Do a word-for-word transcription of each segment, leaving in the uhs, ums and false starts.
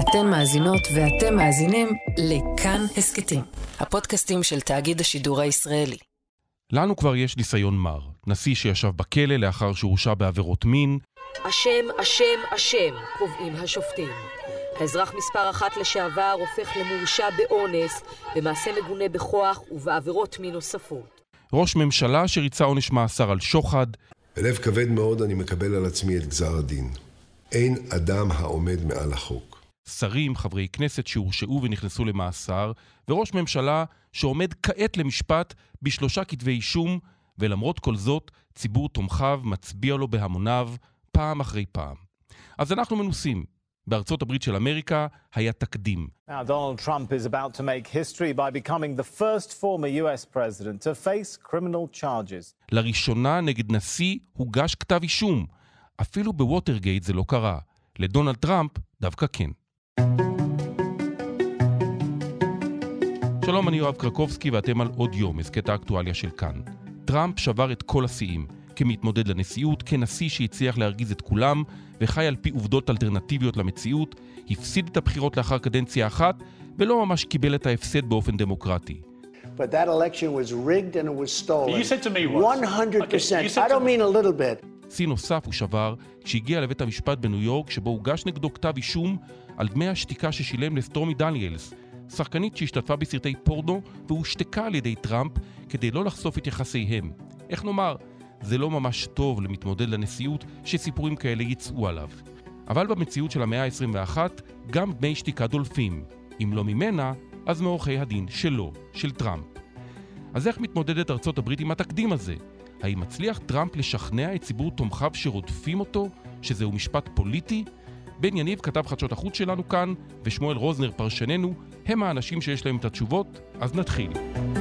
אתן מאזינות ואתם מאזינים לכאן הסקטים, הפודקאסטים של תאגיד השידור הישראלי. לנו כבר יש ניסיון מר. נשיא שישב בכלא לאחר שהורשע בעבירות מין. אשם, אשם, אשם, קובעים השופטים. האזרח מספר אחת לשעבר הופך למורשע באונס, במעשה מגונה בכוח ובעבירות מין נוספות. ראש ממשלה שריצה עונש מאסר על שוחד. בלב כבד מאוד אני מקבל על עצמי את גזר הדין. אין אדם העומד מעל החוק. שרים, חברי כנסת שהורשעו ונכנסו למאסר, וראש ממשלה שעומד כעת למשפט בשלושה כתבי אישום, ולמרות כל זאת, ציבור תומכיו מצביע לו בהמוניו פעם אחרי פעם. אז אנחנו מנוסים. בארצות הברית של אמריקה היה תקדים. Now, Donald Trump is about to make history by becoming the first former U S president to face criminal charges. לראשונה נגד נשיא הוגש כתב אישום. אפילו בווטרגייט זה לא קרה. לדונלד טראמפ דווקא כן. שלום, אני יואב קרקובסקי ואתם על עוד יום, הסקט האקטואליה של כאן. טראמפ שבר את כל השיאים, כמתמודד לנשיאות, כנשיא שהצליח להרגיז את כולם, וחי על פי עובדות אלטרנטיביות למציאות, הפסיד את הבחירות לאחר קדנציה אחת, ולא ממש קיבל את ההפסד באופן דמוקרטי. But that election was rigged and it was stolen. You said to me once. one hundred percent. Okay, I don't mean a little bit. שיא נוסף הוא שבר כשהגיע לבית המשפט בניו יורק, שבו הוגש נגדו כתב אישום על דמי השתיקה ששילם לסטורמי דניאלס, שחקנית שהשתתפה בסרטי פורנו והושתקה על ידי טראמפ כדי לא לחשוף את יחסיהם. איך נאמר, זה לא ממש טוב למתמודד לנשיאות שסיפורים כאלה יצאו עליו. אבל במציאות של המאה ה-עשרים ואחת גם דמי שתיקה דולפים. אם לא ממנה, אז מעורכי הדין שלו, של טראמפ. אז איך מתמודדת ארצות הברית עם התקדים הזה? האם מצליח טראמפ לשכנע את ציבור תומכיו שרודפים אותו, שזהו משפט פוליטי? בן יניב, כתב חדשות החוץ שלנו כאן, ושמואל רוזנר פרשננו, הם האנשים שיש להם את התשובות, אז נתחיל.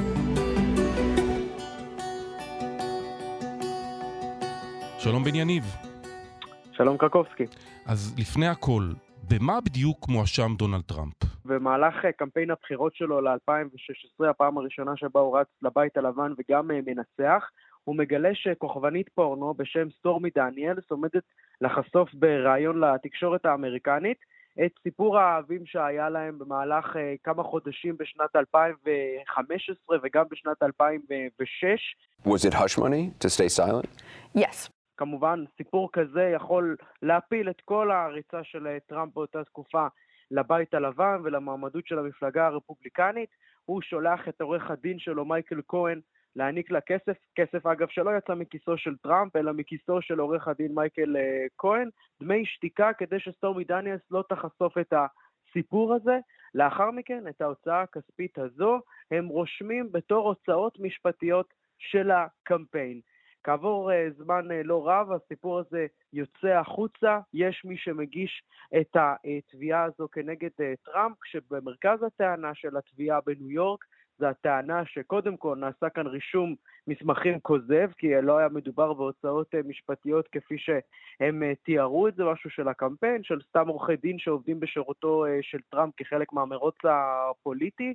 שלום בן יניב. שלום קרקובסקי. אז לפני הכל, במה בדיוק מואשם דונלד טראמפ? במהלך קמפיין הבחירות שלו ל-אלפיים ושש עשרה, הפעם הראשונה שבה הוא רץ לבית הלבן וגם מנצח, הוא מגלה שכוכבנית פורנו בשם סטורמי דניאלס עומדת לחשוף בראיון לתקשורת האמריקנית את סיפור האהבים שהיה להם במהלך כמה חודשים בשנת אלפיים וחמש עשרה וגם בשנת אלפיים ושש. Was it hush money to stay silent? Yes. כמובן, סיפור כזה יכול להפיל את כל הריצה של טראמפ באותה תקופה לבית הלבן ולמעמדות של המפלגה הרפובליקנית. הוא שולח את עורך הדין שלו, מייקל כהן, להעניק לה כסף, כסף אגב שלא יצא מכיסו של טראמפ, אלא מכיסו של עורך הדין מייקל כהן, דמי שתיקה כדי שסטורמי דניאלס לא תחשוף את הסיפור הזה. לאחר מכן, את ההוצאה הכספית הזו, הם רושמים בתור הוצאות משפטיות של הקמפיין. כעבור uh, זמן uh, לא רב, הסיפור הזה יוצא החוצה, יש מי שמגיש את התביעה הזו כנגד uh, טראמפ, כשבמרכז הטענה של התביעה בניו יורק, זה הטענה שקודם כל נעשה כאן רישום מסמכים כוזב, כי לא היה מדובר בהוצאות uh, משפטיות כפי שהם uh, תיארו את זה, משהו של הקמפיין, של סתם עורכי דין שעובדים בשירותו uh, של טראמפ כחלק מהמרוץ הפוליטי,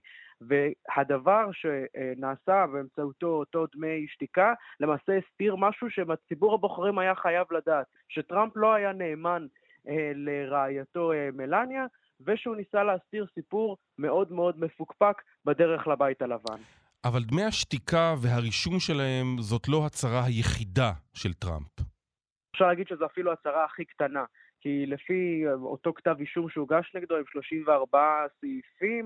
והדבר שנעשה באמצעותו אותו דמי שתיקה, למעשה הסתיר משהו שציבור הבוחרים היה חייב לדעת, שטראמפ לא היה נאמן אה, לרעייתו אה, מלניה, ושהוא ניסה להסתיר סיפור מאוד מאוד מפוקפק בדרך לבית הלבן. אבל דמי השתיקה והרישום שלהם זאת לא הצהרה היחידה של טראמפ. אפשר להגיד שזו אפילו הצהרה הכי קטנה. כי לפי אותו כתב אישום שהוגש נגדו עם שלושים וארבעה סעיפים,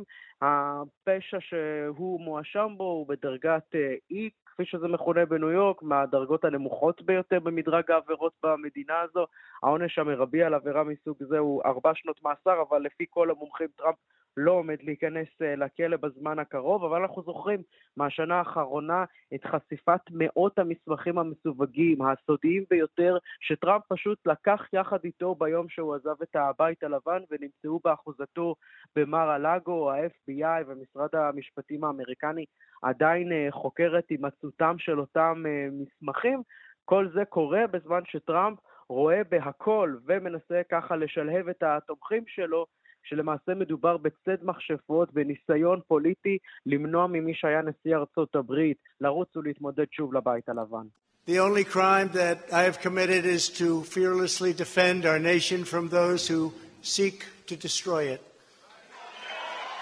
הפשע שהוא מואשם בו הוא בדרגת אי, כפי שזה מכונה בניו יורק, מהדרגות הנמוכות ביותר במדרג העבירות במדינה הזו. העונש המרבי על עבירה מסוג זה הוא ארבע שנות מאסר, אבל לפי כל המומחים טראמפ לא עומד להיכנס לכלא בזמן הקרוב, אבל אנחנו זוכרים מהשנה האחרונה את חשיפת מאות המסמכים המסווגים, הסודיים ביותר, שטראמפ פשוט לקח יחד איתו ביום שהוא עזב את הבית הלבן, ונמצאו באחוזתו במר הלאגו. ה-אף בי איי ומשרד המשפטים האמריקני עדיין חוקרת הימצאותם של אותם מסמכים. כל זה קורה בזמן שטראמפ רואה בהכל ומנסה ככה לשלהב את התומכים שלו, שלמעשה מדובר בצד מכשפות, בניסיון פוליטי למנוע ממי שהיה נשיא ארצות הברית לרוץ ולהתמודד שוב לבית הלבן. The only crime that I have committed is to fearlessly defend our nation from those who seek to destroy it.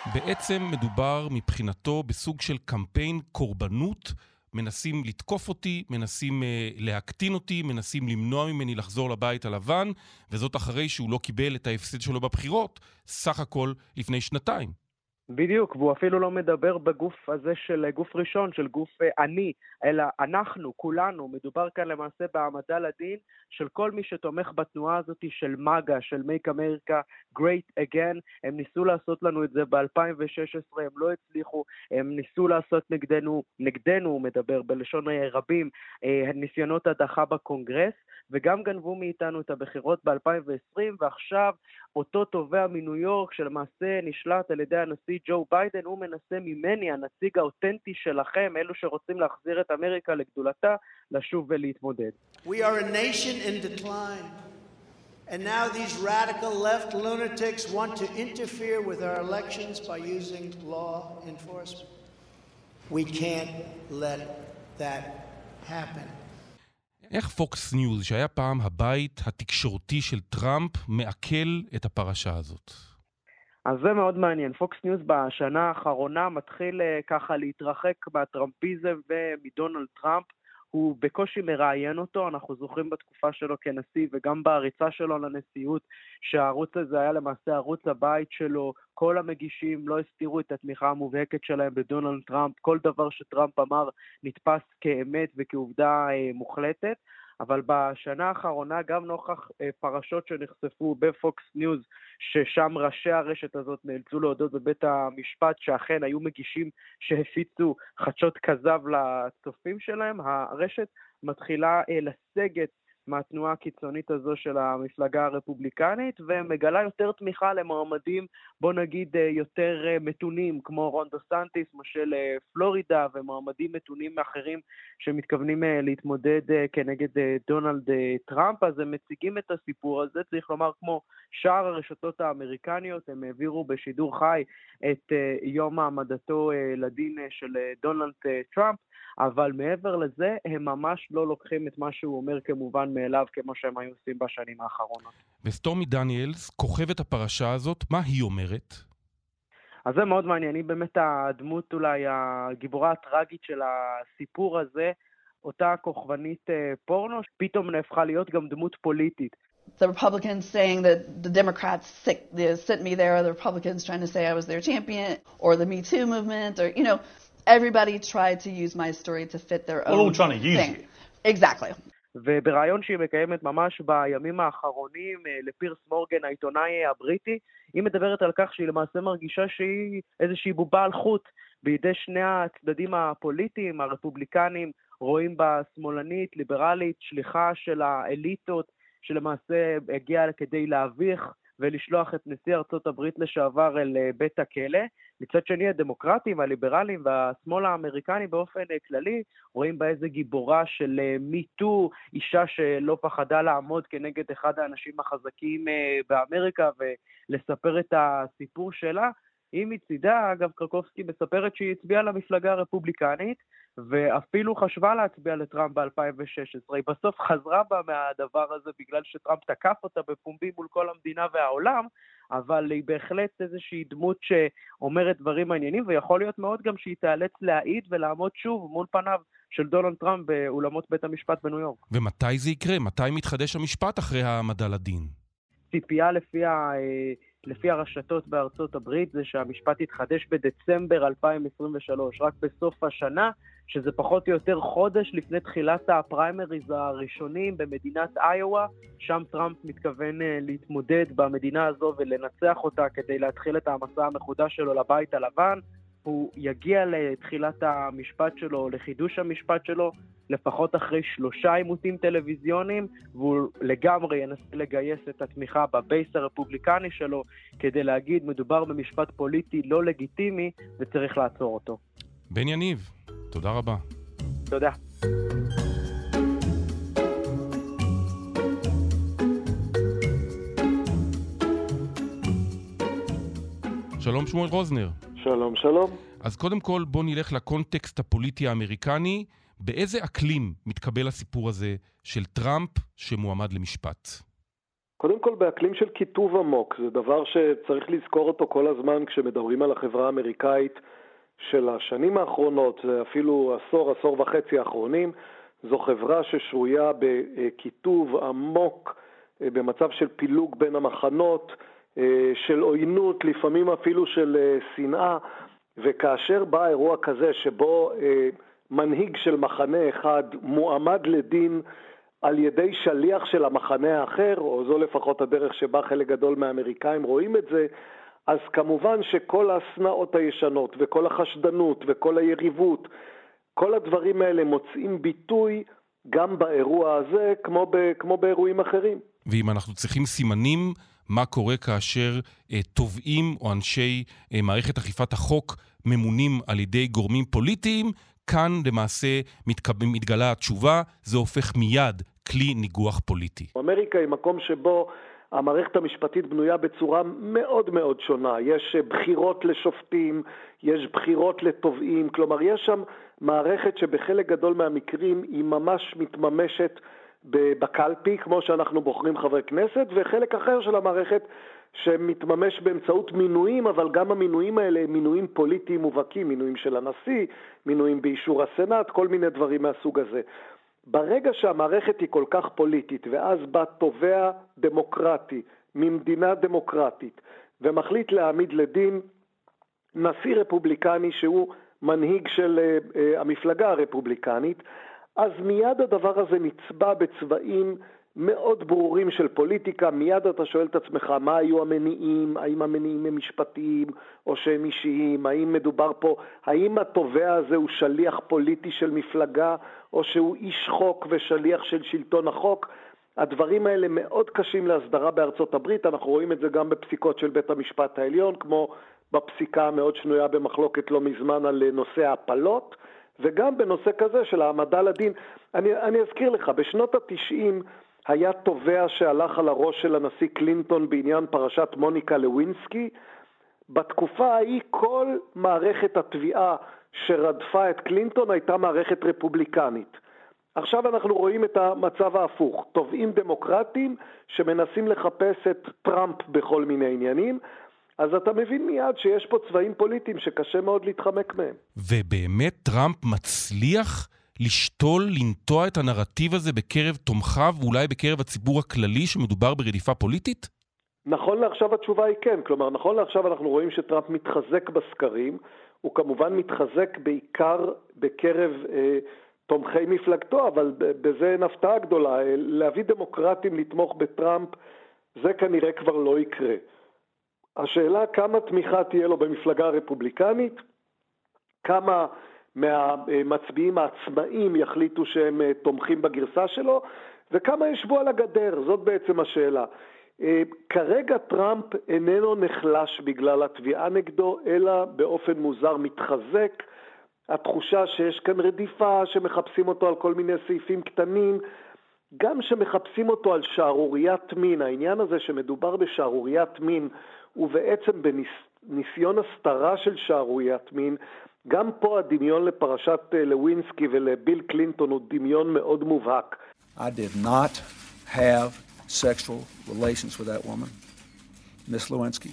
בעצם מדובר מבחינתו בסוג של קמפיין קורבנות, מנסים לתקוף אותי, מנסים uh, להקטין אותי, מנסים למנוע ממני לחזור לבית הלבן, וזאת אחרי שהוא לא קיבל את ההפסד שלו בבחירות, סך הכל לפני שנתיים. בדיוק, והוא אפילו לא מדבר בגוף הזה של גוף ראשון, של גוף אני, אלא אנחנו, כולנו, מדובר כאן למעשה בהעמדה לדין של כל מי שתומך בתנועה הזאת של מגה, של Make America Great Again. הם ניסו לעשות לנו את זה ב-אלפיים ושש עשרה, הם לא הצליחו, הם ניסו לעשות נגדנו, נגדנו הוא מדבר בלשון רבים, ניסיונות הדחה בקונגרס, וגם גנבו מאיתנו את הבחירות ב-אלפיים ועשרים, ועכשיו אותו תובע מניו יורק שלמעשה נשלט על ידי הנשיא ג'ו ביידן, הוא מנסה ממני, הנציג האותנטי שלכם, אלו שרוצים להחזיר את אמריקה לגדולתה, לשוב ולהתמודד. We are a nation in decline. And now these radical left lunatics want to interfere with our elections by using law enforcement. We can't let that happen. איך פוקס ניוז, שהיה פעם הבית התקשורתי של טראמפ, מעכל את הפרשה הזאת? אז זה מאוד מעניין. פוקס ניוז בשנה האחרונה מתחיל ככה להתרחק מהטראמפיזם ומדונלד טראמפ. הוא בקושי מראיין אותו, אנחנו זוכרים בתקופה שלו כנשיא וגם בעריצה שלו לנשיאות, שהערוץ הזה היה למעשה ערוץ הבית שלו, כל המגישים לא הסתירו את התמיכה המובהקת שלהם בדונלד טראמפ, כל דבר שטראמפ אמר נתפס כאמת וכעובדה אה, מוחלטת, אבל בשנה האחרונה גם נוכח אה, פרשות שנחשפו בפוקס ניוז, ששם ראשי הרשת הזאת נאלצו להודות בבית המשפט שאכן היו מגישים שהפיצו חדשות כזב לצופים שלהם, הרשת מתחילה אה, לסגת מהתנועה הקיצונית הזו של המפלגה הרפובליקנית, ומגלה יותר תמיכה למועמדים, בוא נגיד, יותר מתונים, כמו רון דה סנטיס, מושל פלורידה, ומועמדים מתונים אחרים שמתכוונים להתמודד כנגד דונלד טראמפ. אז הם מציגים את הסיפור הזה, צריך לומר, כמו שאר הרשתות האמריקניות, הם העבירו בשידור חי את יום העמדתו לדין של דונלד טראמפ, אבל מעבר לזה, הם ממש לא לוקחים את מה שהוא אומר כמובן מאליו, כמו שהם היו עושים בשנים האחרונות. וסטורמי דניאלס, כוכבת הפרשה הזאת, מה היא אומרת? אז זה מאוד מעניין, היא באמת הדמות, אולי הגיבורה הטרגית של הסיפור הזה, אותה כוכבנית פורנו, פתאום נהפכה להיות גם דמות פוליטית. The Republicans saying that the Democrats sick, they sent me there, or the Republicans trying to say I was their champion, or the Me Too movement, or, you know, everybody tried to use my story to fit their own thing. We're all trying to use thing. you. Exactly. וברעיון שהיא מקיימת ממש בימים האחרונים לפירס מורגן, העיתונאי הבריטי, היא מדברת על כך שהיא למעשה מרגישה שהיא איזושהי בובה על חוט בידי שני הצדדים הפוליטיים, הרפובליקנים רואים בה שמאלנית, ליברלית, שליחה של האליטות, שלמעשה הגיעה כדי להביך ולשלוח את נשיא ארצות הברית לשעבר אל בית הכלא. מצד שני, הדמוקרטים, הליברלים והשמאל האמריקני באופן כללי רואים בה איזה גיבורה של מיטו, אישה שלא פחדה לעמוד כנגד אחד האנשים החזקים באמריקה ולספר את הסיפור שלה. היא מצידה, אגב, קרקובסקי מספרת שהיא הצביעה למפלגה הרפובליקנית, ואפילו חשבה להצביע לטראמפ ב-אלפיים ושש עשרה. היא בסוף חזרה בה מהדבר הזה בגלל שטראמפ תקף אותה בפומבי מול כל המדינה והעולם, אבל היא בהחלט איזושהי דמות שאומרת דברים מעניינים, ויכול להיות מאוד גם שהיא תיאלץ להעיד ולעמוד שוב מול פניו של דונלד טראמפ באולמות בית המשפט בניו יורק. ומתי זה יקרה? מתי מתחדש המשפט אחרי העמדה לדין? ציפייה לפי ה... לפי הרשתות בארצות הברית זה שהמשפט יתחדש בדצמבר אלפיים עשרים ושלוש, רק בסוף השנה, שזה פחות או יותר חודש לפני תחילת הפריימריז הראשונים במדינת איואה, שם טראמפ מתכוון להתמודד במדינה הזו ולנצח אותה כדי להתחיל את המסע המחודש שלו לבית הלבן. הוא יגיע לתחילת המשפט שלו, לחידוש המשפט שלו, לפחות אחרי שלושה עימותים טלוויזיוניים, והוא לגמרי ינסה לגייס את התמיכה בבייס הרפובליקני שלו, כדי להגיד מדובר במשפט פוליטי לא לגיטימי, וצריך לעצור אותו. בן יניב, תודה רבה. תודה. שלום שמואל רוזנר. שלום, שלום. אז קודם כל בוא נלך לקונטקסט הפוליטי האמריקני. באיזה אקלים מתקבל הסיפור הזה של טראמפ שמועמד למשפט? קודם כל, באקלים של כיתוב עמוק, זה דבר שצריך לזכור אותו כל הזמן כשמדברים על החברה האמריקאית של השנים האחרונות, זה אפילו עשור, עשור וחצי האחרונים. זו חברה ששרויה בכיתוב עמוק, במצב של פילוג בין המחנות, של עוינות, לפעמים אפילו של שנאה, וכאשר בא אירוע כזה שבו מנהיג של מחנה אחד מועמד לדין על ידי שליח של המחנה האחר, או זו לפחות הדרך שבה חלק גדול מהאמריקאים רואים את זה, אז כמובן שכל הסנאות הישנות וכל החשדנות וכל היריבות, כל הדברים האלה מוצאים ביטוי גם באירוע הזה כמו, ב, כמו באירועים אחרים. ואם אנחנו צריכים סימנים, מה קורה כאשר אה, תובעים או אנשי אה, מערכת אכיפת החוק ממונים על ידי גורמים פוליטיים, כאן למעשה מתקב... מתגלה התשובה, זה הופך מיד כלי ניגוח פוליטי. אמריקה היא מקום שבו המערכת המשפטית בנויה בצורה מאוד מאוד שונה. יש בחירות לשופטים, יש בחירות לתובעים, כלומר יש שם מערכת שבחלק גדול מהמקרים היא ממש מתממשת בקלפי, כמו שאנחנו בוחרים חברי כנסת, וחלק אחר של המערכת שמתממש באמצעות מינויים, אבל גם המינויים האלה הם מינויים פוליטיים מובהקים, מינויים של הנשיא, מינויים באישור הסנאט, כל מיני דברים מהסוג הזה. ברגע שהמערכת היא כל כך פוליטית, ואז בא תובע דמוקרטי ממדינה דמוקרטית, ומחליט להעמיד לדין נשיא רפובליקני שהוא מנהיג של uh, uh, המפלגה הרפובליקנית, אז מיד הדבר הזה נצבע בצבעים מאוד ברורים של פוליטיקה. מיד אתה שואל את עצמך מה היו המניעים, האם המניעים הם משפטיים או שהם אישיים, האם מדובר פה, האם התובע הזה הוא שליח פוליטי של מפלגה או שהוא איש חוק ושליח של שלטון החוק. הדברים האלה מאוד קשים להסדרה בארצות הברית, אנחנו רואים את זה גם בפסיקות של בית המשפט העליון, כמו בפסיקה המאוד שנויה במחלוקת לא מזמן על נושא ההפלות, וגם בנושא כזה של העמדה לדין. אני, אני אזכיר לך, בשנות ה-תשעים היה תובע שהלך על הראש של הנשיא קלינטון בעניין פרשת מוניקה לווינסקי. בתקופה ההיא כל מערכת התביעה שרדפה את קלינטון הייתה מערכת רפובליקנית. עכשיו אנחנו רואים את המצב ההפוך, תובעים דמוקרטים שמנסים לחפש את טראמפ בכל מיני עניינים, אז אתה מבין מיד שיש פה צבעים פוליטיים שקשה מאוד להתחמק מהם. ובאמת טראמפ מצליח לשתול, לנטוע את הנרטיב הזה בקרב תומכיו, ואולי בקרב הציבור הכללי שמדובר ברדיפה פוליטית? נכון לעכשיו התשובה היא כן, כלומר נכון לעכשיו אנחנו רואים שטראמפ מתחזק בסקרים, הוא כמובן מתחזק בעיקר בקרב אה, תומכי מפלגתו, אבל בזה אין הפתעה גדולה, להביא דמוקרטים לתמוך בטראמפ, זה כנראה כבר לא יקרה. השאלה כמה תמיכה תהיה לו במפלגה הרפובליקנית, כמה מהמצביעים העצמאים יחליטו שהם תומכים בגרסה שלו, וכמה ישבו על הגדר, זאת בעצם השאלה. כרגע טראמפ איננו נחלש בגלל התביעה נגדו, אלא באופן מוזר מתחזק, התחושה שיש כאן רדיפה, שמחפשים אותו על כל מיני סעיפים קטנים, גם שמחפשים אותו על שערוריית מין, העניין הזה שמדובר בשערוריית מין, ובעצם בניסיון הסתרה של שערוריית מין, גם פה הדמיון לפרשת לווינסקי ולביל קלינטון הוא דמיון מאוד מובהק. I did not have sexual relations with that woman, Miss Lewinsky.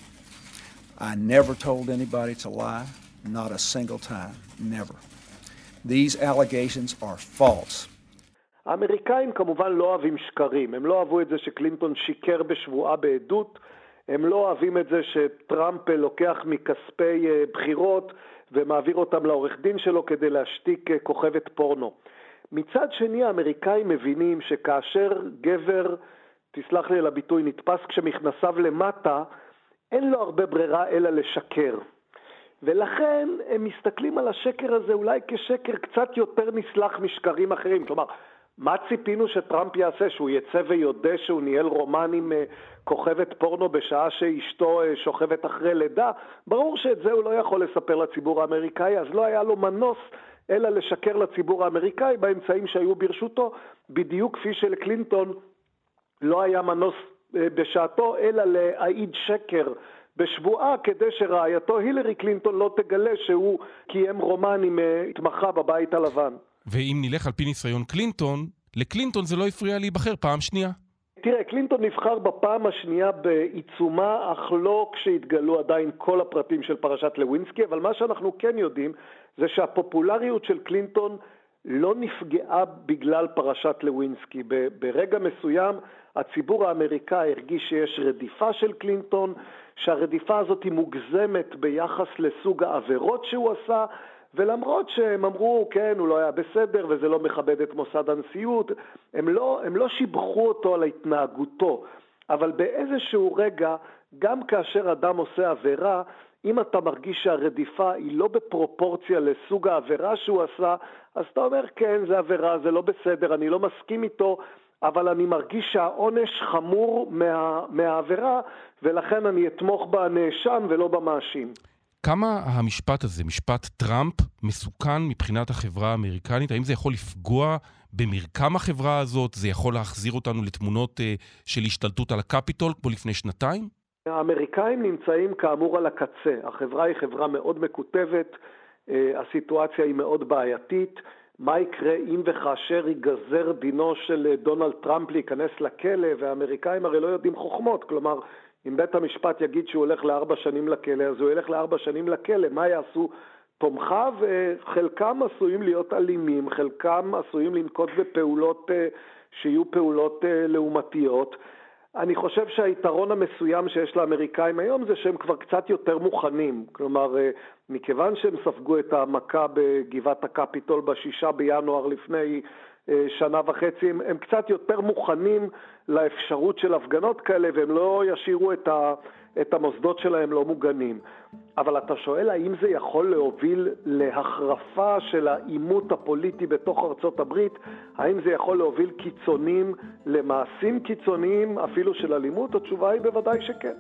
I never told anybody to lie, not a single time, never. These allegations are false. האמריקאים כמובן לא אוהבים שקרים, הם לא אוהבו את זה שקלינטון שיקר בשבועה בעדות, הם לא אוהבים את זה שטראמפ לוקח מכספי בחירות ומעביר אותם לעורך דין שלו כדי להשתיק כוכבת פורנו. מצד שני האמריקאים מבינים שכאשר גבר, תסלח לי על הביטוי, נתפס כשמכנסיו למטה, אין לו הרבה ברירה אלא לשקר. ולכן הם מסתכלים על השקר הזה אולי כשקר קצת יותר נסלח משקרים אחרים. כלומר, מה ציפינו שטראמפ יעשה? שהוא יצא ויודע שהוא ניהל רומן עם כוכבת פורנו בשעה שאשתו שוכבת אחרי לידה? ברור שאת זה הוא לא יכול לספר לציבור האמריקאי, אז לא היה לו מנוס אלא לשקר לציבור האמריקאי באמצעים שהיו ברשותו, בדיוק כפי שלקלינטון לא היה מנוס בשעתו אלא להעיד שקר בשבועה כדי שרעייתו הילרי קלינטון לא תגלה שהוא קיים רומן עם התמחה בבית הלבן. ואם נלך על פי ניסיון קלינטון, לקלינטון זה לא הפריע להיבחר פעם שנייה. תראה, קלינטון נבחר בפעם השנייה בעיצומה, אך לא כשהתגלו עדיין כל הפרטים של פרשת לוינסקי, אבל מה שאנחנו כן יודעים זה שהפופולריות של קלינטון לא נפגעה בגלל פרשת לוינסקי. ברגע מסוים הציבור האמריקאי הרגיש שיש רדיפה של קלינטון, שהרדיפה הזאת היא מוגזמת ביחס לסוג העבירות שהוא עשה, ולמרות שהם אמרו, כן, הוא לא היה בסדר וזה לא מכבד את מוסד הנשיאות, הם לא, הם לא שיבחו אותו על התנהגותו. אבל באיזשהו רגע, גם כאשר אדם עושה עבירה, אם אתה מרגיש שהרדיפה היא לא בפרופורציה לסוג העבירה שהוא עשה, אז אתה אומר, כן, זה עבירה, זה לא בסדר, אני לא מסכים איתו, אבל אני מרגיש שהעונש חמור מה, מהעבירה, ולכן אני אתמוך בנאשם ולא במאשים. כמה המשפט הזה, משפט טראמפ, מסוכן מבחינת החברה האמריקנית? האם זה יכול לפגוע במרקם החברה הזאת? זה יכול להחזיר אותנו לתמונות uh, של השתלטות על הקפיטול כמו לפני שנתיים? האמריקאים נמצאים כאמור על הקצה. החברה היא חברה מאוד מקוטבת, uh, הסיטואציה היא מאוד בעייתית. מה יקרה אם וכאשר ייגזר דינו של דונלד טראמפ להיכנס לכלא, והאמריקאים הרי לא יודעים חוכמות, כלומר, אם בית המשפט יגיד שהוא הולך לארבע שנים לכלא, אז הוא הולך לארבע שנים לכלא. מה יעשו תומכיו? חלקם עשויים להיות אלימים, חלקם עשויים לנקוט בפעולות שיהיו פעולות לעומתיות. אני חושב שהיתרון המסוים שיש לאמריקאים היום זה שהם כבר קצת יותר מוכנים. כלומר, מכיוון שהם ספגו את המכה בגבעת הקפיטול בשישה בינואר לפני שנה וחצי, הם, הם קצת יותר מוכנים לאפשרות של הפגנות כאלה, והם לא ישאירו את, ה, את המוסדות שלהם לא מוגנים. אבל אתה שואל האם זה יכול להוביל להחרפה של העימות הפוליטי בתוך ארצות הברית? האם זה יכול להוביל קיצונים למעשים קיצוניים אפילו של אלימות? התשובה היא בוודאי שכן.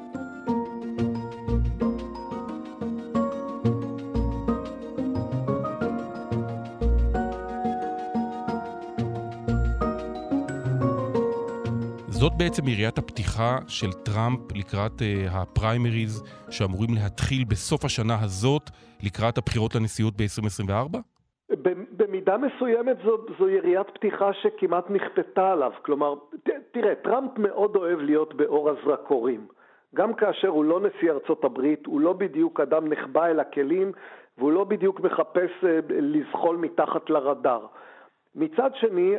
זאת בעצם יריית הפתיחה של טראמפ לקראת uh, הפריימריז שאמורים להתחיל בסוף השנה הזאת לקראת הבחירות לנשיאות ב-עשרים עשרים וארבע? במידה מסוימת זו, זו יריית פתיחה שכמעט נכפתה עליו. כלומר, ת, תראה, טראמפ מאוד אוהב להיות באור הזרקורים. גם כאשר הוא לא נשיא ארצות הברית, הוא לא בדיוק אדם נחבא אל הכלים, והוא לא בדיוק מחפש uh, לזחול מתחת לרדאר. מצד שני,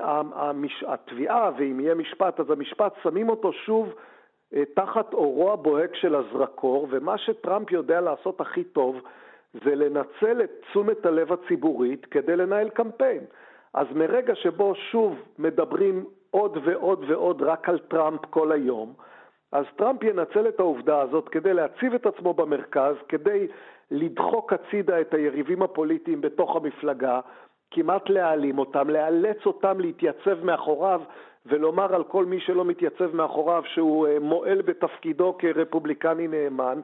התביעה, ואם יהיה משפט, אז המשפט שמים אותו שוב תחת אורו הבוהק של הזרקור, ומה שטראמפ יודע לעשות הכי טוב, זה לנצל את תשומת הלב הציבורית כדי לנהל קמפיין. אז מרגע שבו שוב מדברים עוד ועוד ועוד רק על טראמפ כל היום, אז טראמפ ינצל את העובדה הזאת כדי להציב את עצמו במרכז, כדי לדחוק הצידה את היריבים הפוליטיים בתוך המפלגה, כמעט להעלים אותם, לאלץ אותם להתייצב מאחוריו, ולומר על כל מי שלא מתייצב מאחוריו שהוא מועל בתפקידו כרפובליקני נאמן.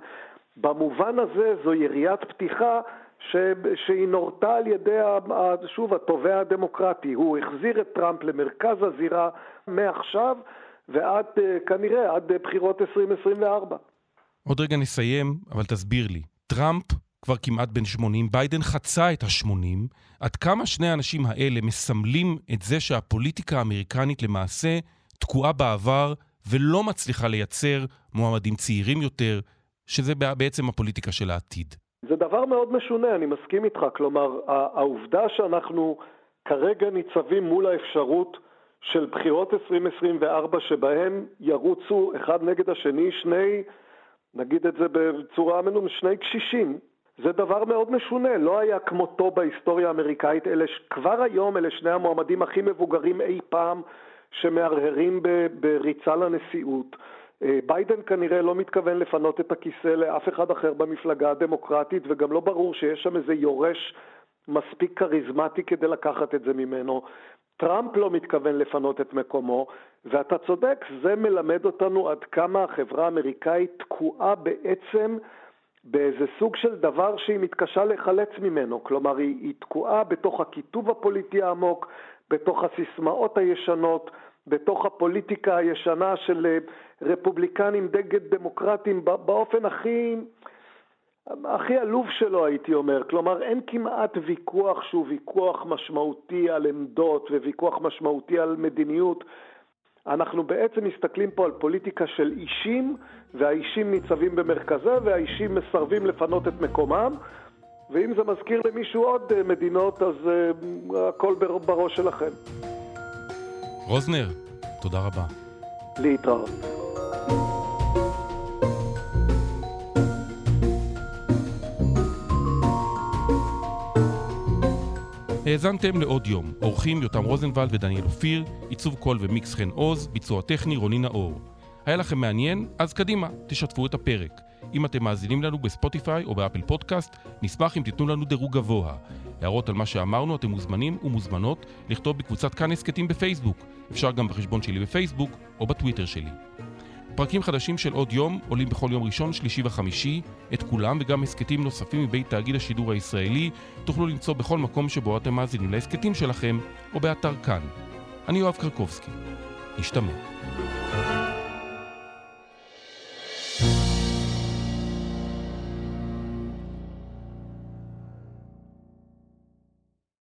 במובן הזה זו יריית פתיחה ש... שהיא נורתה על ידי, שוב, התובע הדמוקרטי. הוא החזיר את טראמפ למרכז הזירה מעכשיו ועד, כנראה, עד בחירות עשרים עשרים וארבע. עוד רגע נסיים, אבל תסביר לי. טראמפ כבר כמעט בן שמונים, ביידן חצה את ה-שמונים, עד כמה שני האנשים האלה מסמלים את זה שהפוליטיקה האמריקנית למעשה תקועה בעבר ולא מצליחה לייצר מועמדים צעירים יותר, שזה בעצם הפוליטיקה של העתיד. זה דבר מאוד משונה, אני מסכים איתך. כלומר, העובדה שאנחנו כרגע ניצבים מול האפשרות של בחירות עשרים עשרים וארבע שבהם ירוצו אחד נגד השני שני, נגיד את זה בצורה מנום, שני קשישים, זה דבר מאוד משונה. לא היה כמותו בהיסטוריה האמריקאית. אלה, כבר היום אלה שני המועמדים הכי מבוגרים אי פעם שמערערים בריצה לנשיאות. ביידן כנראה לא מתכוון לפנות את הכיסא לאף אחד אחר במפלגה הדמוקרטית, וגם לא ברור שיש שם איזה יורש מספיק קריזמטי כדי לקחת את זה ממנו. טראמפ לא מתכוון לפנות את מקומו, ואתה צודק, זה מלמד אותנו עד כמה החברה האמריקאית תקועה בעצם באיזה סוג של דבר שהיא מתקשה לחלץ ממנו. כלומר, היא, היא תקועה בתוך הכיתוב הפוליטי העמוק, בתוך הסיסמאות הישנות, בתוך הפוליטיקה הישנה של רפובליקנים דגד דמוקרטים, באופן הכי, הכי עלוב שלו, הייתי אומר. כלומר, אין כמעט ויכוח שהוא ויכוח משמעותי על עמדות, וויכוח משמעותי על מדיניות. אנחנו בעצם מסתכלים פה על פוליטיקה של אישים, והאישים ניצבים במרכזה, והאישים מסרבים לפנות את מקומם, ואם זה מזכיר למישהו עוד מדינות, אז uh, הכל בראש שלכם. רוזנר, תודה רבה. להתראות. האזנתם לעוד יום. אורחים יותם רוזנבלד ודניאל אופיר, עיצוב קול ומיקס חן עוז, ביצוע טכני רוני נאור. היה לכם מעניין? אז קדימה, תשתפו את הפרק. אם אתם מאזינים לנו בספוטיפיי או באפל פודקאסט, נשמח אם תיתנו לנו דירוג גבוה. הערות על מה שאמרנו, אתם מוזמנים ומוזמנות לכתוב בקבוצת כאן הסקטים בפייסבוק. אפשר גם בחשבון שלי בפייסבוק או בטוויטר שלי. פרקים חדשים של עוד יום עולים בכל יום ראשון, שלישי וחמישי. את כולם וגם הסקטים נוספים מבית תאגיד השידור הישראלי תוכלו למצוא בכל מקום שבו אתם מאזינים להסקטים שלכם או באתר כאן. אני יואב קרקובסקי. נשתמע.